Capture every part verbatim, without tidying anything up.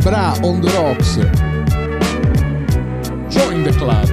Bra on the rocks. Join the club.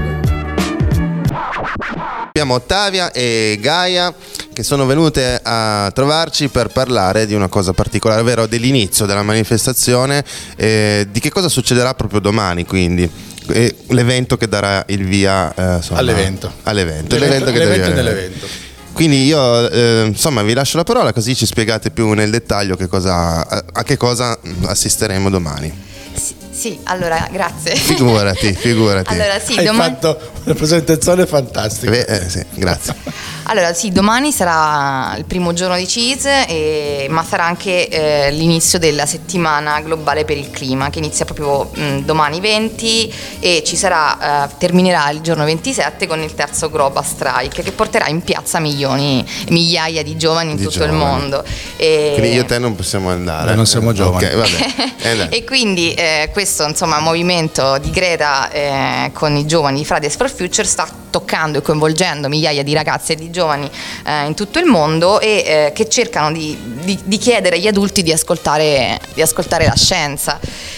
Abbiamo Ottavia e Gaia che sono venute a trovarci per parlare di una cosa particolare, ovvero dell'inizio della manifestazione, eh, di che cosa succederà proprio domani, quindi eh, l'evento che darà il via eh, insomma, all'evento. all'evento, l'evento, l'evento, che l'evento darà dell'evento. Quindi io eh, insomma vi lascio la parola così ci spiegate più nel dettaglio che cosa, a, a che cosa assisteremo domani. Sì, sì, allora grazie. Figurati, figurati. Allora sì, Hai domani... fatto una presentazione fantastica. Beh, eh, sì, grazie. Allora sì, domani sarà il primo giorno di C I S, e, ma sarà anche eh, l'inizio della settimana globale per il clima, che inizia proprio mh, domani venti e ci sarà, eh, terminerà il giorno ventisette con il terzo Global Strike, che porterà in piazza milioni, migliaia di giovani in Di tutto giovani. il mondo. E... Quindi io e te non possiamo andare. Noi non siamo giovani. Ok, vabbè. Eh, e quindi eh, questo insomma movimento di Greta eh, con i giovani di Fridays for Future sta toccando e coinvolgendo migliaia di ragazze e di giovani eh, in tutto il mondo, e eh, che cercano di, di, di chiedere agli adulti di ascoltare, di ascoltare la scienza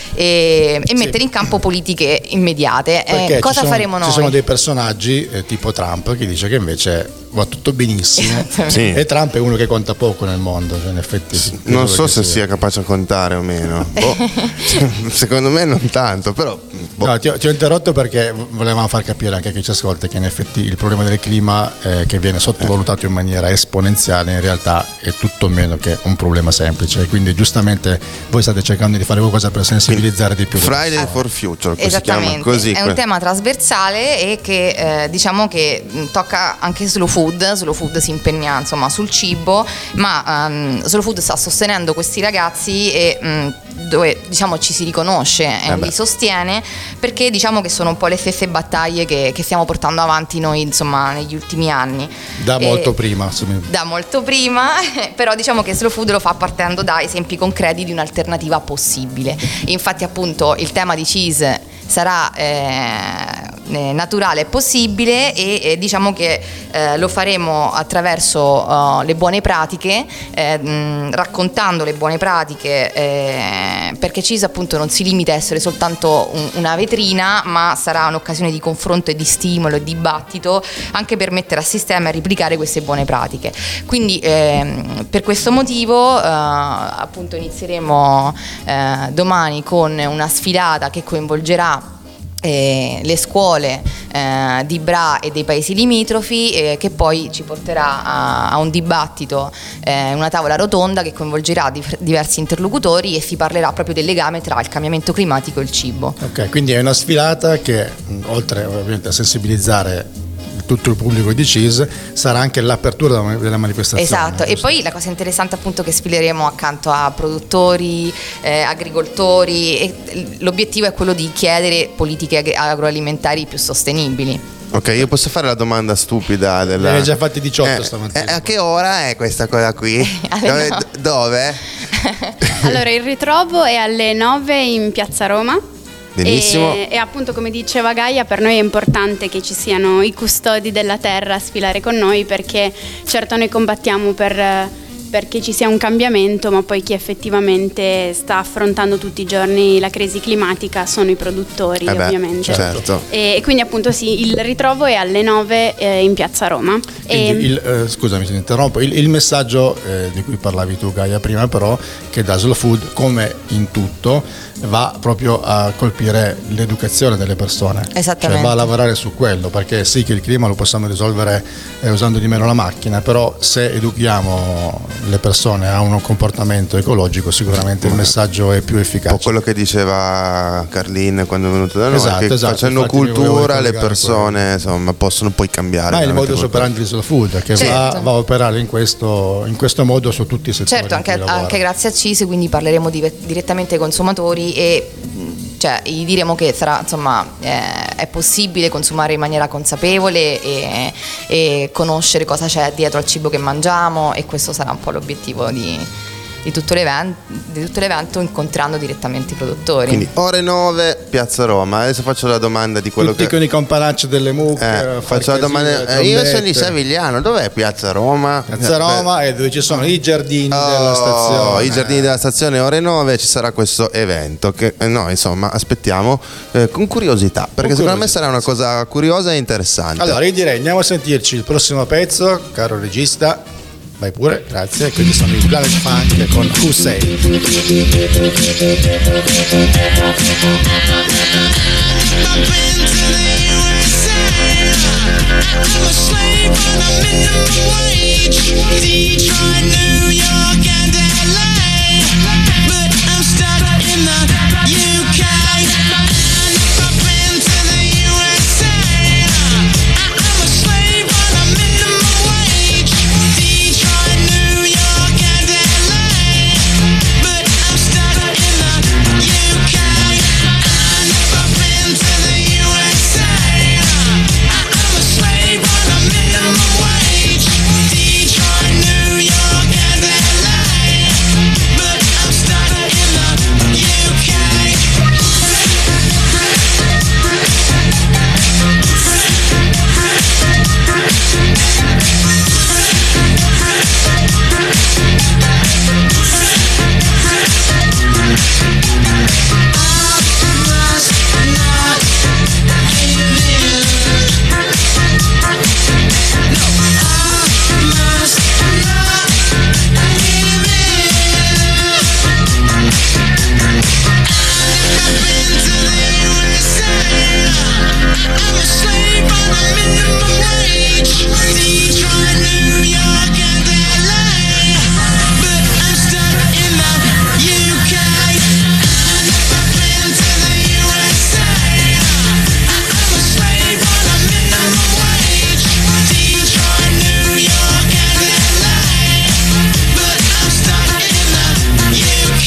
e, e mettere sì. in campo politiche immediate. Eh, cosa sono, faremo noi? Ci sono dei personaggi eh, tipo Trump che dice che invece va tutto benissimo. Sì. E Trump è uno che conta poco nel mondo, cioè in effetti non so se sia. sia capace a contare o meno. Boh. Secondo me non tanto, però boh. No, ti, ho, ti ho interrotto perché volevamo far capire anche a chi ci ascolta che in effetti il problema del clima eh, che viene sottovalutato in maniera esponenziale in realtà è tutto meno che un problema semplice, quindi giustamente voi state cercando di fare qualcosa per sensibilizzare di più. Friday for Future, si chiama Esattamente, così. è un tema trasversale e che eh, diciamo che mh, tocca anche Slow Food. Slow Food si impegna insomma sul cibo, ma um, Slow Food sta sostenendo questi ragazzi e mh, dove diciamo ci si riconosce e eh li sostiene, perché diciamo che sono un po' le stesse battaglie che, che stiamo portando avanti noi insomma negli ultimi anni. Da e, molto prima. Da molto prima, però diciamo che Slow Food lo fa partendo da esempi concreti di un'alternativa possibile. E infatti appunto il tema di C I S sarà eh, naturale e possibile, e, e diciamo che eh, lo faremo attraverso uh, le buone pratiche, eh, mh, raccontando le buone pratiche, eh, perché C I S appunto non si limita a essere soltanto un, una vetrina, ma sarà un'occasione di confronto e di stimolo e dibattito anche per mettere a sistema e replicare queste buone pratiche. Quindi ehm, per questo motivo eh, appunto inizieremo eh, domani con una sfilata che coinvolgerà Eh, le scuole eh, di Bra e dei paesi limitrofi, eh, che poi ci porterà a, a un dibattito, eh, una tavola rotonda che coinvolgerà di, diversi interlocutori, e si parlerà proprio del legame tra il cambiamento climatico e il cibo. Ok, quindi è una sfilata che oltre ovviamente a sensibilizzare tutto il pubblico di C I S sarà anche l'apertura della manifestazione. Esatto, e poi la cosa interessante appunto che sfileremo accanto a produttori, eh, agricoltori, e l'obiettivo è quello di chiedere politiche ag- agroalimentari più sostenibili. Ok, io posso fare la domanda stupida della... Ne hai già fatti diciotto eh, stamattina. eh, a che ora è questa cosa qui? Dove? no. d- dove? Allora, il ritrovo è alle nove in Piazza Roma. Benissimo. E, e appunto, come diceva Gaia, per noi è importante che ci siano i custodi della terra a sfilare con noi, perché certo noi combattiamo per, perché ci sia un cambiamento, ma poi chi effettivamente sta affrontando tutti i giorni la crisi climatica sono i produttori, Eh beh, ovviamente. certo. E, e quindi appunto sì, il ritrovo è alle nove eh, in Piazza Roma. E, Il, eh, scusami se ti interrompo, il, il messaggio eh, di cui parlavi tu Gaia prima, però, che da Slow Food, come in tutto, va proprio a colpire l'educazione delle persone. Esattamente. Cioè va a lavorare su quello, perché sì che il clima lo possiamo risolvere eh, usando di meno la macchina, però se educhiamo le persone a un comportamento ecologico sicuramente il messaggio è più efficace. Un po' quello che diceva Carlin quando è venuto da noi, Esatto, che esatto, facendo infatti mi volevo cultura le ricollegare persone insomma possono poi cambiare. Ma è il veramente modus molto. operandi di Slow Food, che Certo. va, va a operare in questo, in questo modo su tutti i settori. Certo, in cui anche, lavora. anche grazie a C I S, quindi parleremo di, direttamente ai consumatori e mh, cioè, gli diremo che sarà, insomma, eh, è possibile consumare in maniera consapevole e, e conoscere cosa c'è dietro al cibo che mangiamo, e questo sarà un po' l'obiettivo di, di tutto l'evento, di tutto l'evento incontrando direttamente i produttori. Quindi ore nove, Piazza Roma. Adesso faccio la domanda di quello Tutti che... con i comparacci delle mucche. Eh, faccio la domanda. Eh, io sono di Savigliano, dov'è Piazza Roma? Piazza Roma è dove ci sono i giardini Oh, della stazione. I giardini della stazione, ore nove ci sarà questo evento che eh, no, insomma, aspettiamo eh, con curiosità, perché Con secondo me curiosità, sarà una cosa curiosa e interessante. Allora io direi andiamo a sentirci il prossimo pezzo, caro regista. Vai pure, grazie. Quindi sono i Planet Funk con Hussein. I'm a slave on a minimum wage. Detroit, New York, and L A, but I'm stuck in the U K. And if I've been to the U S A, I'm a slave on a minimum wage. Detroit, New York, and L A, but I'm stuck in the U K. And if I've been to the U S A, I'm a slave on a minimum wage. Detroit, New York, and L A, but I'm stuck in the U K. I'm a slave on a minimum wage. Detroit, New York, and L A, but I'm stuck in the U K. And if I've been to the U S A, I'm a slave on a minimum wage. Detroit, New York, and L A, but I'm stuck in the U K.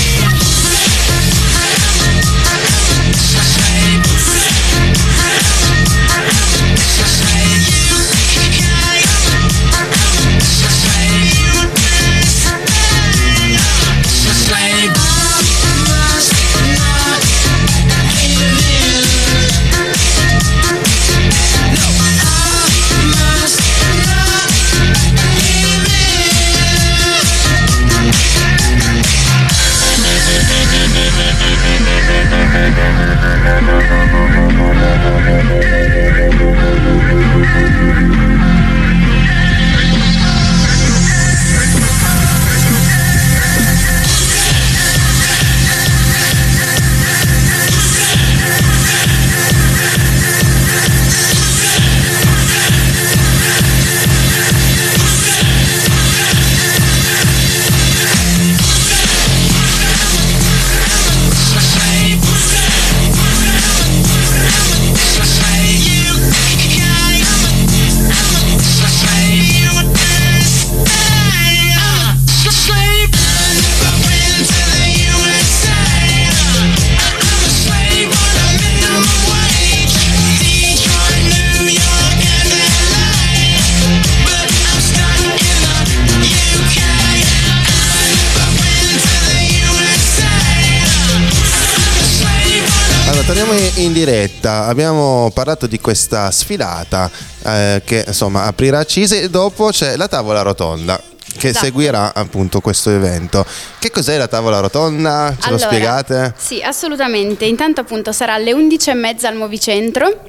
Torniamo in diretta, abbiamo parlato di questa sfilata eh, che insomma aprirà a Cise e dopo c'è la tavola rotonda che Esatto. seguirà appunto questo evento. Che cos'è la tavola rotonda? Ce Allora, lo spiegate? Sì, assolutamente. Intanto appunto sarà alle undici e mezza al Movicentro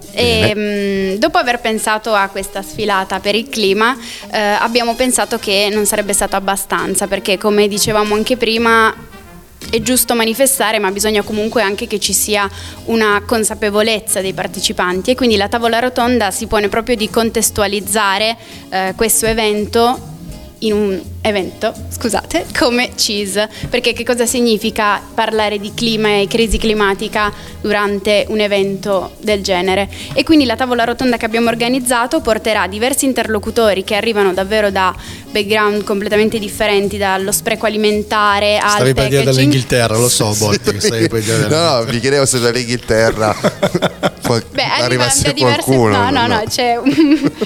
e mh, dopo aver pensato a questa sfilata per il clima eh, abbiamo pensato che non sarebbe stato abbastanza, perché come dicevamo anche prima è giusto manifestare, ma bisogna comunque anche che ci sia una consapevolezza dei partecipanti, e quindi la tavola rotonda si pone proprio di contestualizzare eh, questo evento in un evento, scusate, come Cheese, perché che cosa significa parlare di clima e crisi climatica durante un evento del genere? E quindi la tavola rotonda che abbiamo organizzato porterà diversi interlocutori che arrivano davvero da background completamente differenti, dallo spreco alimentare al Stavi per dire packaging. dall'Inghilterra, lo so, Botti, che stavi per dire No, no, vi chiedevo se dall'Inghilterra qual- Beh, arrivasse da diverse, qualcuno. no, no, no, c'è un,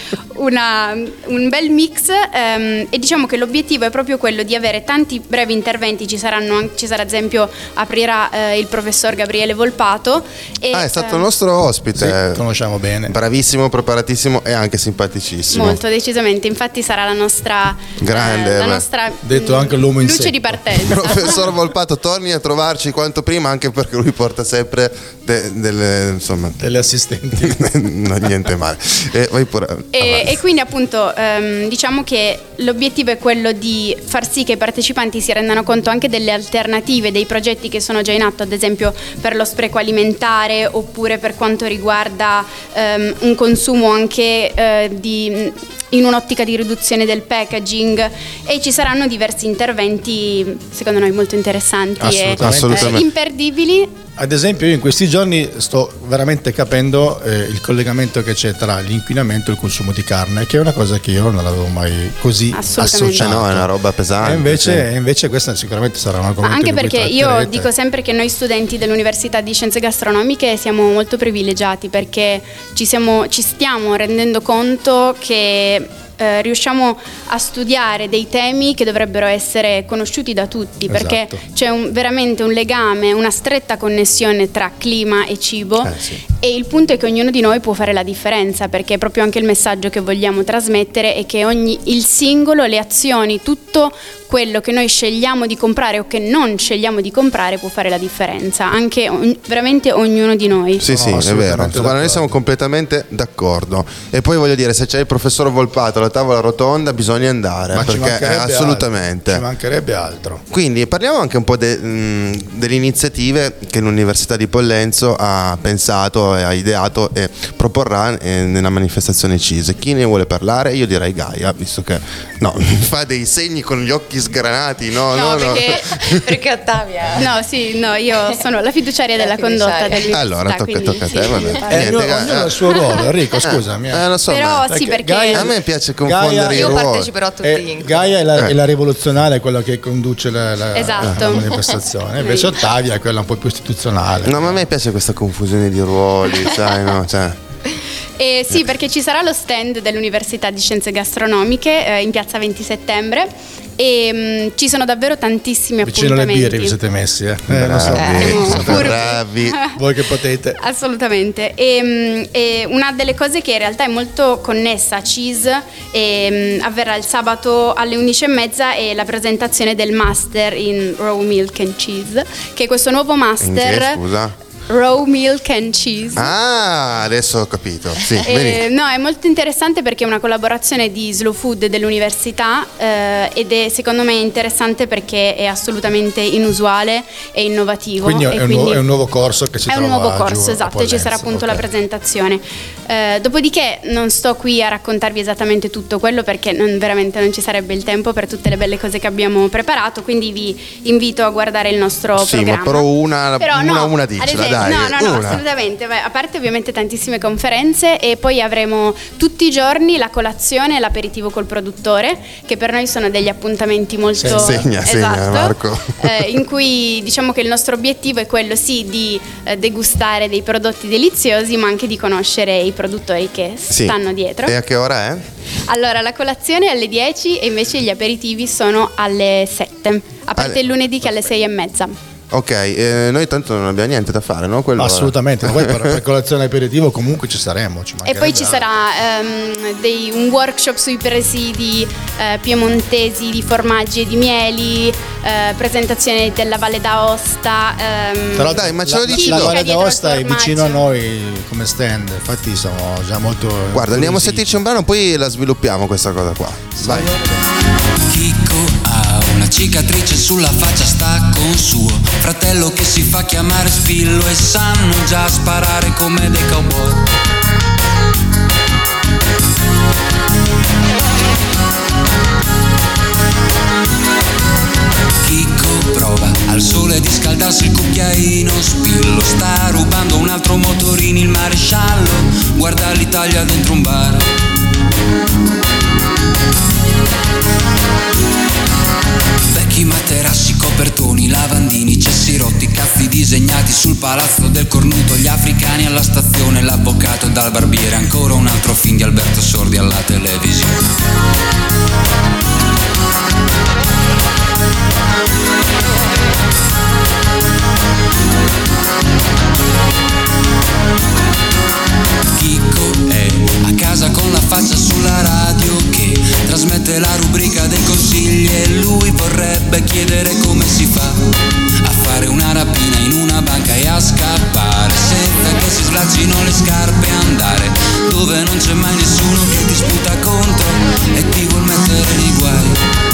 una, un bel mix ehm, e diciamo che l'obiettivo è proprio quello di avere tanti brevi interventi. Ci saranno anche, ci sarà ad esempio, aprirà eh, il professor Gabriele Volpato e, Ah, è stato eh, il nostro ospite. Sì, conosciamo bene. Bravissimo, preparatissimo e anche simpaticissimo. molto decisamente, infatti sarà la nostra Grande, eh, la beh. nostra Detto anche l'uomo in luce sé. di partenza. Professor Volpato, torni a trovarci quanto prima, anche perché lui porta sempre de- delle, insomma, Delle assistenti. no, niente male. E, vai pure, E, avanti. e quindi appunto ehm, diciamo che l'obiettivo è quello di far sì che i partecipanti si rendano conto anche delle alternative, dei progetti che sono già in atto, ad esempio per lo spreco alimentare oppure per quanto riguarda ehm, un consumo anche eh, di, in un'ottica di riduzione del packaging, e ci saranno diversi interventi secondo noi molto interessanti e Assolutamente. Assolutamente. eh, imperdibili. Ad esempio io in questi giorni sto veramente capendo eh, il collegamento che c'è tra l'inquinamento e il consumo di carne, che è una cosa che io non avevo mai così Assolutamente. Cioè, associato. no, è una roba pesante. E invece, sì. e invece questa sicuramente sarà un Ma argomento anche di cui perché io tratterete. dico sempre che noi studenti dell'Università di Scienze Gastronomiche siamo molto privilegiati, perché ci, siamo, ci stiamo rendendo conto che eh, riusciamo a studiare dei temi che dovrebbero essere conosciuti da tutti, perché Esatto. c'è un, veramente un legame, una stretta connessione tra clima e cibo, Eh, sì. e il punto è che ognuno di noi può fare la differenza, perché è proprio anche il messaggio che vogliamo trasmettere è che ogni, il singolo, le azioni, tutto quello che noi scegliamo di comprare o che non scegliamo di comprare può fare la differenza, anche ogn- veramente ognuno di noi. Sì, Sono sì, è vero. assolutamente Guarda, noi d'accordo. siamo completamente d'accordo. E poi voglio dire, se c'è il professor Volpato alla tavola rotonda, bisogna andare, Ma ci perché mancherebbe assolutamente. altro, ci mancherebbe altro. Quindi parliamo anche un po' de- mh, delle iniziative che l'Università di Pollenzo ha pensato e ha ideato e proporrà eh, nella manifestazione C I S E. Chi ne vuole parlare? Io direi Gaia, visto che no, mi fa dei segni con gli occhi sgranati. No, no, No, no. perché, perché Ottavia. No, sì, no, io sono la fiduciaria La della fiduciaria. condotta dell'università. Allora, tocca, quindi tocca a te, sì, vabbè. mi fa- Eh, Niente, ognuno, Gaia. ognuno ha il suo ruolo, Enrico, scusami. Eh, lo so, Però ma- sì, perché Gaia- a me piace confondere Gaia- i Io ruoli. parteciperò a tutti. Eh, Gaia è la, Eh. è la rivoluzionaria, quella che conduce la, la- Esatto. la manifestazione, invece Ottavia è quella un po' più istituzionale. No, ma a me piace questa confusione di ruoli, sai, no? Cioè, Eh, sì, perché ci sarà lo stand dell'Università di Scienze Gastronomiche eh, in piazza venti settembre e mh, ci sono davvero tantissimi Vicino alle appuntamenti. birre vi siete messi, eh? Eh, lo so. bravi, siamo siete furbi. bravi. Voi che potete. Assolutamente. E, mh, e una delle cose che in realtà è molto connessa a C I S e, mh, avverrà il sabato alle undici e mezza è la presentazione del Master in Raw Milk and Cheese, che è questo nuovo In che, Master scusa? Raw Milk and Cheese. Ah, adesso ho capito. Sì, Eh, vedi. no, è molto interessante perché è una collaborazione di Slow Food dell'università eh, ed è secondo me interessante perché è assolutamente inusuale e innovativo. Quindi e è un, nuovo, è un nuovo corso che si è un trova nuovo giù corso, a esatto, e ci sarà Pollenzo, appunto ok. la presentazione. Eh, dopodiché non sto qui a raccontarvi esattamente tutto quello perché non, veramente non ci sarebbe il tempo per tutte le belle cose che abbiamo preparato, quindi vi invito a guardare il nostro Sì, programma. ma però una, Però una, no, una ad dicela, esempio- dai. No, no, no, una. assolutamente. Beh, a parte ovviamente tantissime conferenze e poi avremo tutti i giorni la colazione e l'aperitivo col produttore, che per noi sono degli appuntamenti molto Sì, segna, segna, esatto, Marco. eh, in cui diciamo che il nostro obiettivo è quello sì di eh, degustare dei prodotti deliziosi, ma anche di conoscere i produttori che Sì. stanno dietro. E a che ora è? Allora, la colazione è alle dieci e invece gli aperitivi sono alle sette, a parte Alle- il lunedì che è alle sei e mezza. Ok, eh, noi tanto non abbiamo niente da fare, no? Quello Assolutamente, ma poi per, per colazione e aperitivo comunque ci saremo. Ci E poi ci mancherebbe sarà ehm, dei- un workshop sui presidi eh, piemontesi di formaggi e di mieli, eh, presentazione della Valle d'Aosta. ehm, Tra l'altro, Dai, ma ce la, lo dici la dopo? Valle Dietro al d'Aosta è formaggio. vicino a noi come stand, infatti siamo già molto. Guarda, andiamo a incuriositi. sentirci un brano, poi la sviluppiamo questa cosa qua. Vai. Chico ha una cicatrice sulla faccia, sta con suo fratello che si fa chiamare Spillo e sanno già sparare come dei cowboy. Chico prova al sole di scaldarsi il cucchiaino, Spillo sta rubando un altro motorino, il maresciallo guarda l'Italia dentro un bar. Vecchi materassi, copertoni, lavandini, cessi rotti, cazzi disegnati sul palazzo del cornuto, gli africani alla stazione, l'avvocato dal barbiere, ancora un altro film di Alberto Sordi alla televisione. Chicco è a casa con la faccia sulla radio che trasmette la rubrica dei consigli e lui vorrebbe chiedere come si fa a fare una rapina in una banca e a scappare senza che si slaccino le scarpe, andare dove non c'è mai nessuno che ti sputa contro e ti vuol mettere nei guai.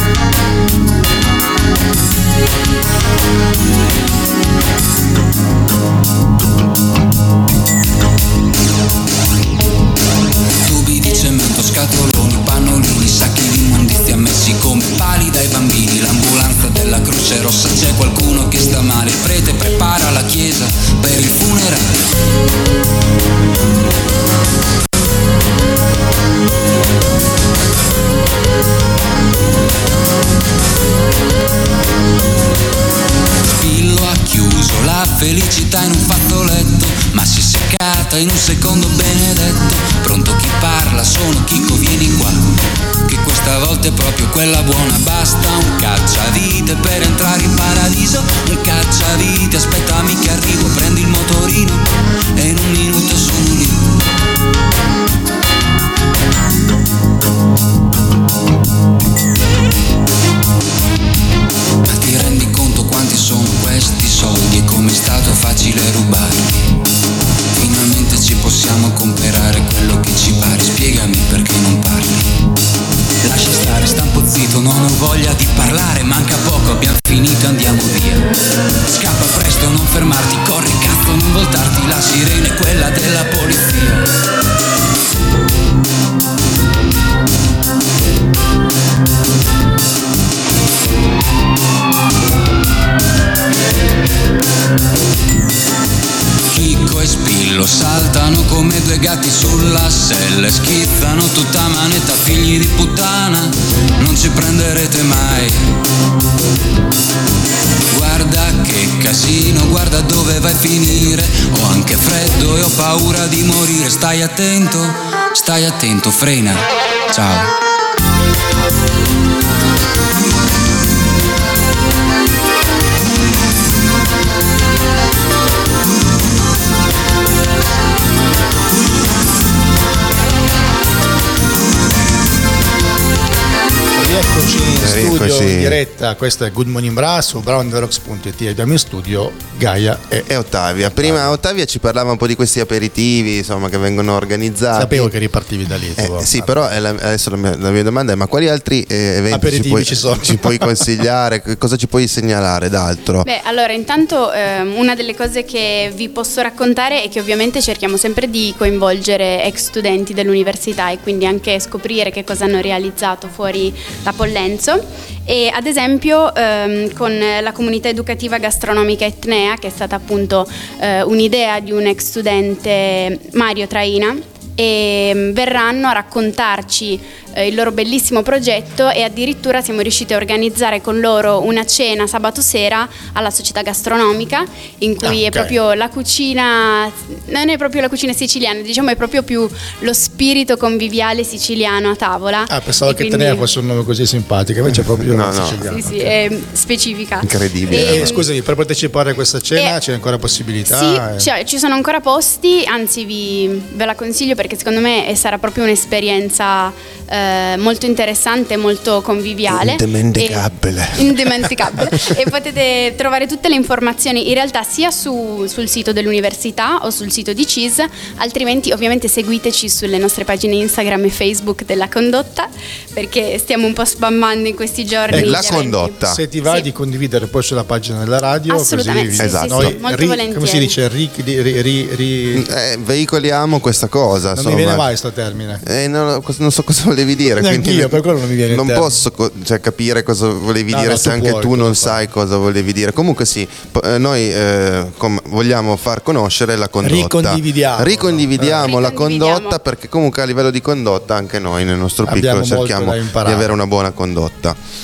Tubi di cemento, scatoloni, pannolini, sacchi di immondizia messi come pali dai bambini, l'ambulanza della Croce Rossa, c'è qualcuno che sta male, il prete prepara la chiesa per il funerale. Spillo ha chiuso la felicità in un fazzoletto, ma si è seccata in un secondo benedetto. Pronto chi parla, sono Chicco, vieni qua, che questa volta è proprio quella buona. Basta un cacciavite per entrare in paradiso, un cacciavite, aspettami che arrivo, prendi il motorino e in un minuto sono lì. Ma ti rendi conto quanti sono questi soldi e come è stato facile rubarli? Finalmente ci possiamo comprare quello che ci pare, spiegami perché non parli. Lascia stare, sta un po' zitto, non ho voglia di parlare, manca poco, abbiamo finito, andiamo via. Scappa presto, non fermarti, corri cazzo, non voltarti, la sirena è quella della polizia. Chicco e Spillo saltano come due gatti sulla sella, schizzano tutta manetta, figli di puttana, non ci prenderete mai. Guarda che casino, guarda dove vai a finire, ho anche freddo e ho paura di morire, stai attento, stai attento, frena, ciao. Rieccoci in studio Rieccoci. in diretta, questo è Good Morning Bra su brown the rocks punto it. Abbiamo in studio Gaia e, E Ottavia. Prima Ottavia ci parlava un po' di questi aperitivi, insomma, che vengono organizzati. sapevo che ripartivi da lì. tu. Eh, sì, però è la- adesso la mia, la mia domanda è: ma quali altri eh, eventi Aperitivi ci puoi, ci sono? ci puoi consigliare? Che cosa ci puoi segnalare d'altro? Beh, allora intanto ehm, una delle cose che vi posso raccontare è che ovviamente cerchiamo sempre di coinvolgere ex studenti dell'università e quindi anche scoprire che cosa hanno realizzato fuori da Pollenzo. E ad esempio ehm, con la comunità educativa gastronomica Etnea, che è stata appunto eh, un'idea di un ex studente, Mario Traina, e mm, verranno a raccontarci eh, il loro bellissimo progetto e addirittura siamo riusciti a organizzare con loro una cena sabato sera alla società gastronomica in cui Ah, è ok. proprio la cucina, non è proprio la cucina siciliana, diciamo è proprio più lo spirito conviviale siciliano a tavola. Ah, pensavo E che quindi- Tenea fosse un nome così simpatico, invece è proprio No, no. siciliano. Sì, sì, Ok. è specifica. Incredibile. E, scusami, per partecipare a questa cena Eh, c'è ancora possibilità? Sì, Eh, cioè, ci sono ancora posti, anzi vi, ve la consiglio perché secondo me eh, sarà proprio un'esperienza eh, molto interessante, molto conviviale. Indimenticabile. E, indimenticabile. E potete trovare tutte le informazioni in realtà sia su- sul sito dell'università o sul sito di C I S, altrimenti ovviamente seguiteci sulle nostre pagine Instagram e Facebook della Condotta perché stiamo un po' spammando in questi giorni. Eh, la gli eventi. Condotta. Se ti va Sì. di condividere poi sulla pagina della radio, Assolutamente, così sì, sì, noi sì, molto ri- volentieri. come si dice, ri- ri- ri- ri- ri- Eh, veicoliamo questa cosa. non insomma. mi viene mai sto termine. Eh, non, non so cosa volevi dire. Neanch'io, quindi per quello non mi viene il Non termine. posso co- cioè, capire cosa volevi No, dire no, se tu anche puoi, tu tu non lo sai fai. cosa volevi dire. Comunque sì, po- eh, noi eh, com- vogliamo far conoscere la condotta. Ricondividiamo. Ricondividiamo la Ricondividiamo. condotta perché comunque a livello di condotta anche noi nel nostro Abbiamo piccolo molto cerchiamo da di imparare. avere una buona condotta.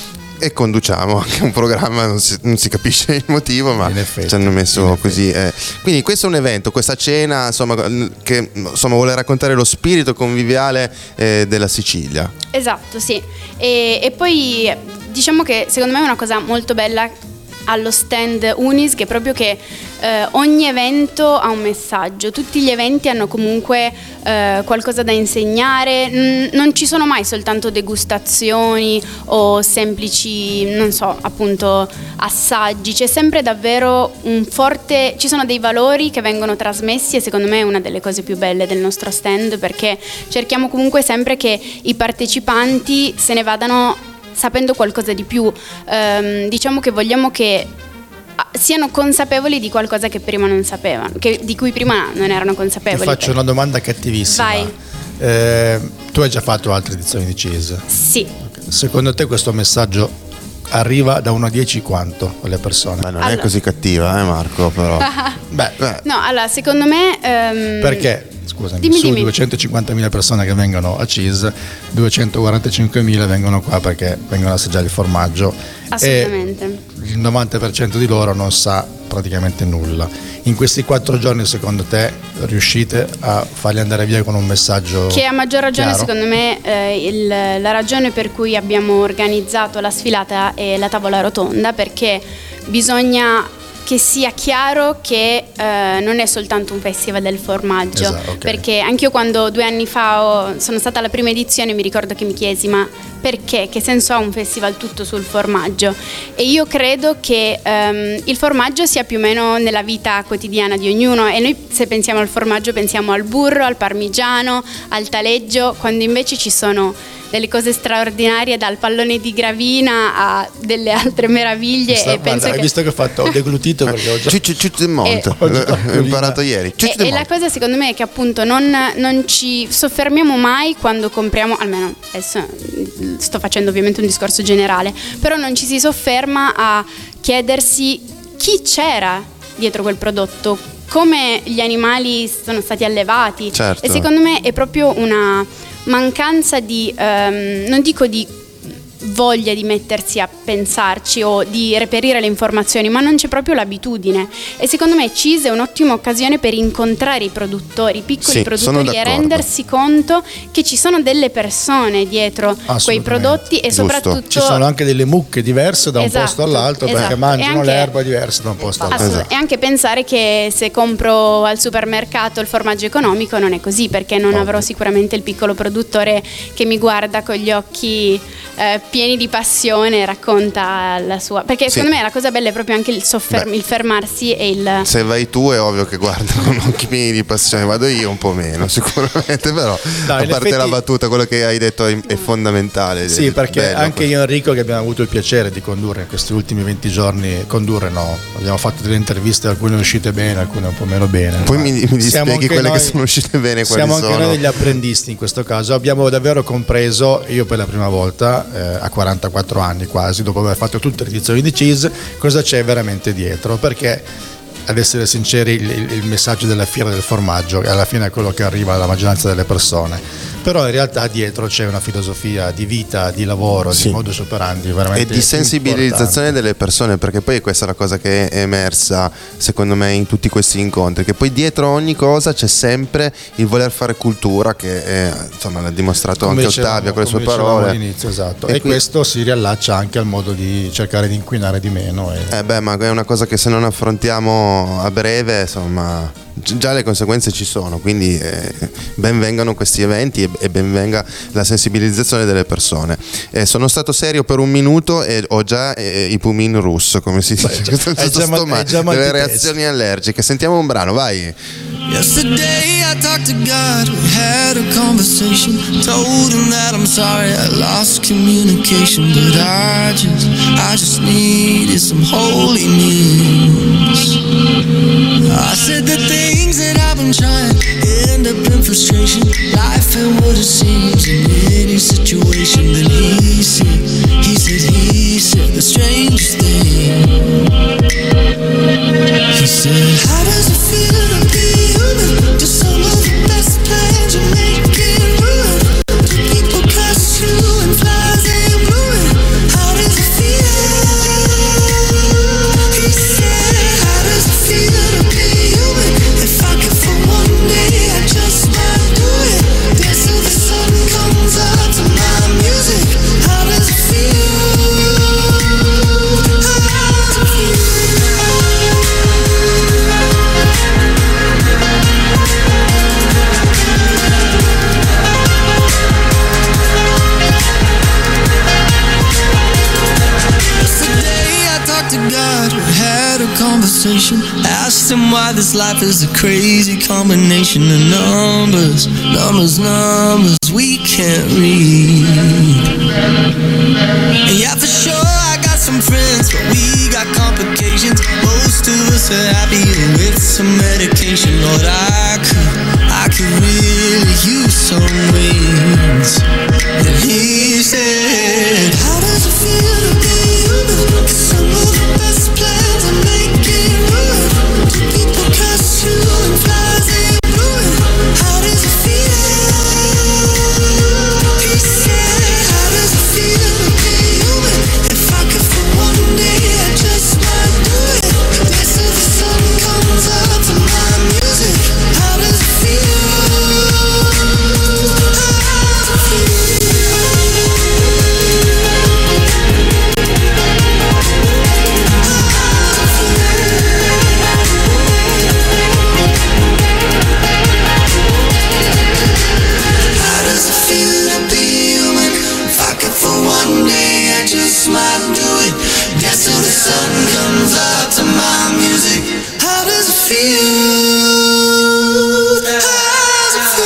e conduciamo anche un programma, non si, non si capisce il motivo, ma In effetti, ci hanno messo in così. Eh. Quindi questo è un evento, questa cena, insomma, che insomma vuole raccontare lo spirito conviviale eh, della Sicilia. Esatto, sì. E, e poi diciamo che secondo me è una cosa molto bella allo stand Unis, che è proprio che eh, ogni evento ha un messaggio, tutti gli eventi hanno comunque eh, qualcosa da insegnare, N- non ci sono mai soltanto degustazioni o semplici, non so, appunto assaggi, c'è sempre davvero un forte, ci sono dei valori che vengono trasmessi, e secondo me è una delle cose più belle del nostro stand, perché cerchiamo comunque sempre che i partecipanti se ne vadano sapendo qualcosa di più. Ehm, diciamo che vogliamo che siano consapevoli di qualcosa che prima non sapevano, che, di cui prima non erano Ti consapevoli. faccio una domanda cattivissima. Vai. Eh, tu hai già fatto altre edizioni di Cheese. Sì. Secondo te questo messaggio arriva da uno a dieci quanto alle persone? Ma non Allora. è così cattiva, eh Marco, però. Beh, Beh, No, allora, secondo me... ehm, perché? Scusami, Dimmi, su dimmi. duecentocinquantamila persone che vengono a Cheese, duecentoquarantacinquemila vengono qua perché vengono a assaggiare il formaggio. Assolutamente. E il novanta per cento di loro non sa praticamente nulla. In questi quattro giorni, secondo te, riuscite a farli andare via con un messaggio Che a maggior ragione, chiaro? secondo me, eh, il- la ragione per cui abbiamo organizzato la sfilata è la tavola rotonda, perché bisogna che sia chiaro che eh, non è soltanto un festival del formaggio. Esatto, ok. Perché anch'io, quando due anni fa ho- sono stata alla prima edizione, mi ricordo che mi chiesi: ma perché? Che senso ha un festival tutto sul formaggio? E io credo che ehm, il formaggio sia più o meno nella vita quotidiana di ognuno, e noi, se pensiamo al formaggio, pensiamo al burro, al parmigiano, al taleggio, quando invece ci sono delle cose straordinarie, dal pallone di Gravina a delle altre meraviglie. Sta- e penso guarda, hai che visto che ho fatto ho deglutito perché ho già Ciuccio Ciuccio Monte, Eh, oggi tocco ho imparato lì. ieri. E, Ciuccio e la Monte. cosa, secondo me, è che appunto non, non ci soffermiamo mai quando compriamo, almeno adesso sto facendo ovviamente un discorso generale, però non ci si sofferma a chiedersi chi c'era dietro quel prodotto, come gli animali sono stati allevati. Certo. E secondo me è proprio una mancanza di, ehm, non dico di voglia di mettersi a pensarci o di reperire le informazioni, ma non c'è proprio l'abitudine. E secondo me Cheese è un'ottima occasione per incontrare i produttori, i piccoli Sì, sono produttori, e d'accordo. rendersi conto che ci sono delle persone dietro quei Assolutamente. prodotti, e Giusto. soprattutto ci sono anche delle mucche diverse da un Esatto, posto all'altro, perché esatto. mangiano E anche- l'erba diversa da un posto all'altro. Assolut- E anche pensare che se compro al supermercato il formaggio economico non è così, perché non avrò sicuramente il piccolo produttore che mi guarda con gli occhi eh, pieni di passione e racconta la sua. Perché Sì. secondo me la cosa bella è proprio anche il, soffer- Beh. il fermarsi e il. Se vai tu è ovvio che guarda con occhi pieni di passione, vado io un po' meno sicuramente, però No, a in parte effetti- la battuta, quello che hai detto è, è fondamentale. Sì, perché Bello anche questo. io e Enrico, che abbiamo avuto il piacere di condurre in questi ultimi venti giorni, condurre no, abbiamo fatto delle interviste, alcune uscite bene, alcune un po' meno bene. Poi ma mi, mi siamo spieghi anche quelle noi- che sono uscite bene, quali Siamo sono. anche noi degli apprendisti in questo caso. Abbiamo davvero compreso, io per la prima volta, eh, a quarantaquattro anni quasi, dopo aver fatto tutte le edizioni di Cheese, cosa c'è veramente dietro. Perché, ad essere sinceri, il, il- il messaggio della fiera del formaggio è alla fine quello che arriva alla maggioranza delle persone. Però in realtà dietro c'è una filosofia di vita, di lavoro, Sì. di modus operandi veramente E di sensibilizzazione importante. delle persone, perché poi questa è la cosa che è emersa secondo me in tutti questi incontri, che poi dietro ogni cosa c'è sempre il voler fare cultura, che è, insomma l'ha dimostrato Come anche dicevamo- Ottavia con le sue come dicevamo parole. all'inizio, esatto. E E, qui- questo si riallaccia anche al modo di cercare di inquinare di meno. E... Eh beh, ma è una cosa che se non affrontiamo a breve, insomma, gi- già le conseguenze ci sono, quindi eh, ben vengano questi eventi e, e ben venga la sensibilizzazione delle persone. Eh, sono stato serio per un minuto e ho già eh, i pumin russo, come si dice, già- questo hai già mal- stomaco, hai già mal delle di testa. reazioni allergiche. Sentiamo un brano, vai. Yesterday I talked to God, we had a conversation. Told him that I'm sorry I lost communication, but I just, I just needed some holy news. I said the things that I've been trying end up in frustration. Life ain't what it seems in any situation. Then he said, he said, he said the strangest thing. He said, how does it feel to be human? Do some of the best plans you make it ruined? Do people curse you and flies ain't ruined? How does it feel conversation. Asked him why this life is a crazy combination of numbers, numbers, numbers we can't read. And yeah, for sure I got some friends, but we got complications. Most of us are happier with some medication. Lord, I could, I could really use some wings. And he said, how does it feel to be human? 'Cause some of the best plans are making ruin. People curse you and flies in ruin. How does it feel? He said, how does it feel to be human? If I could for one day, I just might do it. This is the sun comes up to my music. How does it feel? One day I just might do it. Dance till the sun comes up to my music. How does it feel? How does it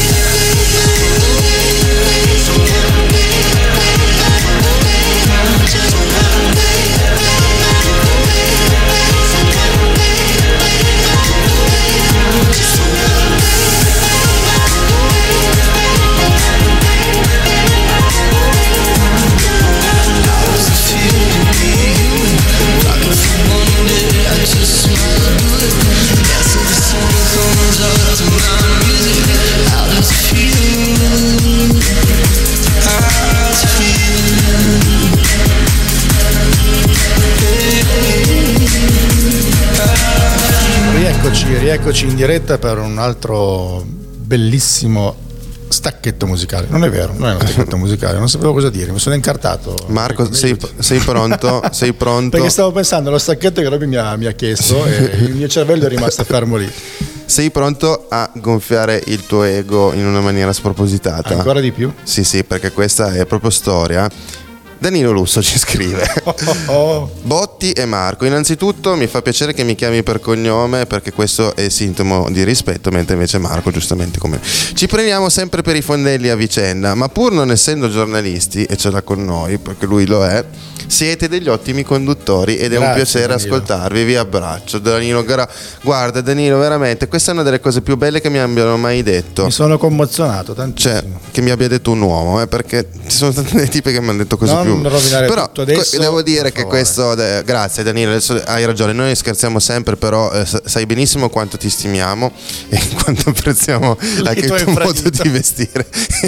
Rieccoci, rieccoci in diretta per un altro bellissimo stacchetto musicale. Non è vero, non è uno stacchetto musicale, non sapevo cosa dire, mi sono incartato. Marco, sei, sei pronto? Sei pronto? Perché stavo pensando allo stacchetto che Robby mi ha, mi ha chiesto e il mio cervello è rimasto fermo lì. Sei pronto a gonfiare il tuo ego in una maniera spropositata? Ancora di più? Sì, sì, perché questa è proprio storia. Danilo Lusso ci scrive: oh, oh, oh. Botti e Marco, innanzitutto mi fa piacere che mi chiami per cognome, perché questo è sintomo di rispetto, mentre invece Marco, giustamente come ci prendiamo sempre per i fondelli a vicenda, ma pur non essendo giornalisti, e ce l'ha con noi perché lui lo è, siete degli ottimi conduttori ed è Grazie, un piacere Danilo. ascoltarvi. Vi abbraccio Danilo. Guarda Danilo, veramente questa è una delle cose più belle che mi abbiano mai detto. Mi sono commozionato tantissimo. Cioè, che mi abbia detto un uomo, eh, perché ci sono tante delle tipe che mi hanno detto cose Non più. rovinare Però tutto adesso, devo dire per che favore. questo, eh, grazie Danilo, adesso hai ragione, noi scherziamo sempre, però eh, sai benissimo quanto ti stimiamo e quanto apprezziamo anche il tuo tuo modo infradito. di vestire.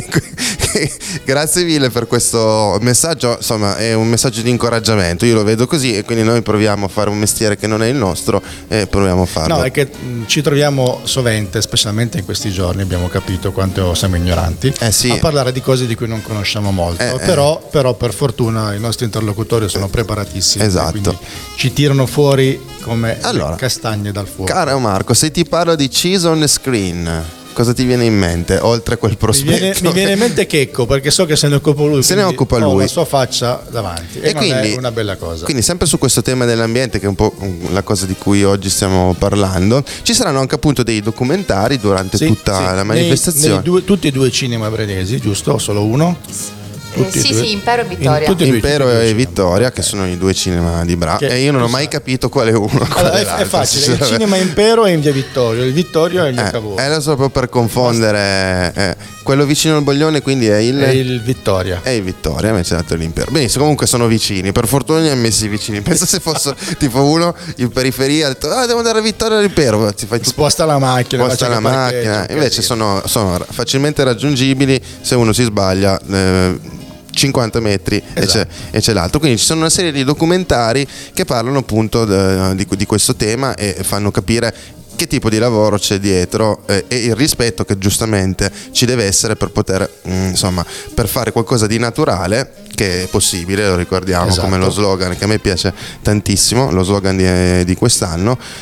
Grazie mille per questo messaggio, insomma è un messaggio di incoraggiamento, io lo vedo così e quindi noi proviamo a fare un mestiere che non è il nostro e proviamo a farlo. No, è che mh, ci troviamo sovente, specialmente in questi giorni, abbiamo capito quanto siamo ignoranti, Eh sì. a parlare di cose di cui non conosciamo molto. Eh, però, però per fortuna i nostri interlocutori sono preparatissimi. Esatto. Quindi ci tirano fuori come Allora, castagne dal fuoco. Caro Marco, se ti parlo di cheese on the screen, cosa ti viene in mente oltre quel Mi prospetto? viene, mi viene in mente Checco, perché so che se ne occupa lui. Se ne quindi occupa ho lui. la sua faccia davanti e, E non quindi, è una bella cosa. quindi sempre su questo tema dell'ambiente, che è un po' la cosa di cui oggi stiamo parlando, ci saranno anche appunto dei documentari durante Sì, tutta sì. la Nei- manifestazione. nei due- tutti e due cinema bredesi, giusto? O solo uno? Tutti e sì, due? sì, Impero e Vittoria. In tutti e due- Impero tutti e due e cinema. Vittoria, che sono i due cinema di Bra, Che- e io non ho tu mai sai. capito quale uno. Allora, quale è, è l'altro, facile, il sinceramente. cinema Impero è in via Vittorio, il Vittorio è in via Eh, Cavour. è lo so, proprio per confondere eh, quello vicino al Boglione, quindi è il, È il Vittoria. è il Vittoria, invece è dato l'Impero. Benissimo, comunque sono vicini, per fortuna li hanno messi vicini. Pensa se fosse tipo uno in periferia, ha detto ah, devo andare a Vittoria all'Impero, ti fai tutto. Sposta la macchina, Sposta faccia la che parcheggio, macchina, che invece dire. sono, sono facilmente raggiungibili. Se uno si sbaglia eh, cinquanta metri e, Esatto. c'è, e c'è l'altro. Quindi ci sono una serie di documentari che parlano appunto de- di, di questo tema e fanno capire che tipo di lavoro c'è dietro eh, e il rispetto che giustamente ci deve essere per poter mm, insomma per fare qualcosa di naturale, che è possibile, lo ricordiamo, Esatto. come lo slogan che a me piace tantissimo, lo slogan di, di quest'anno, e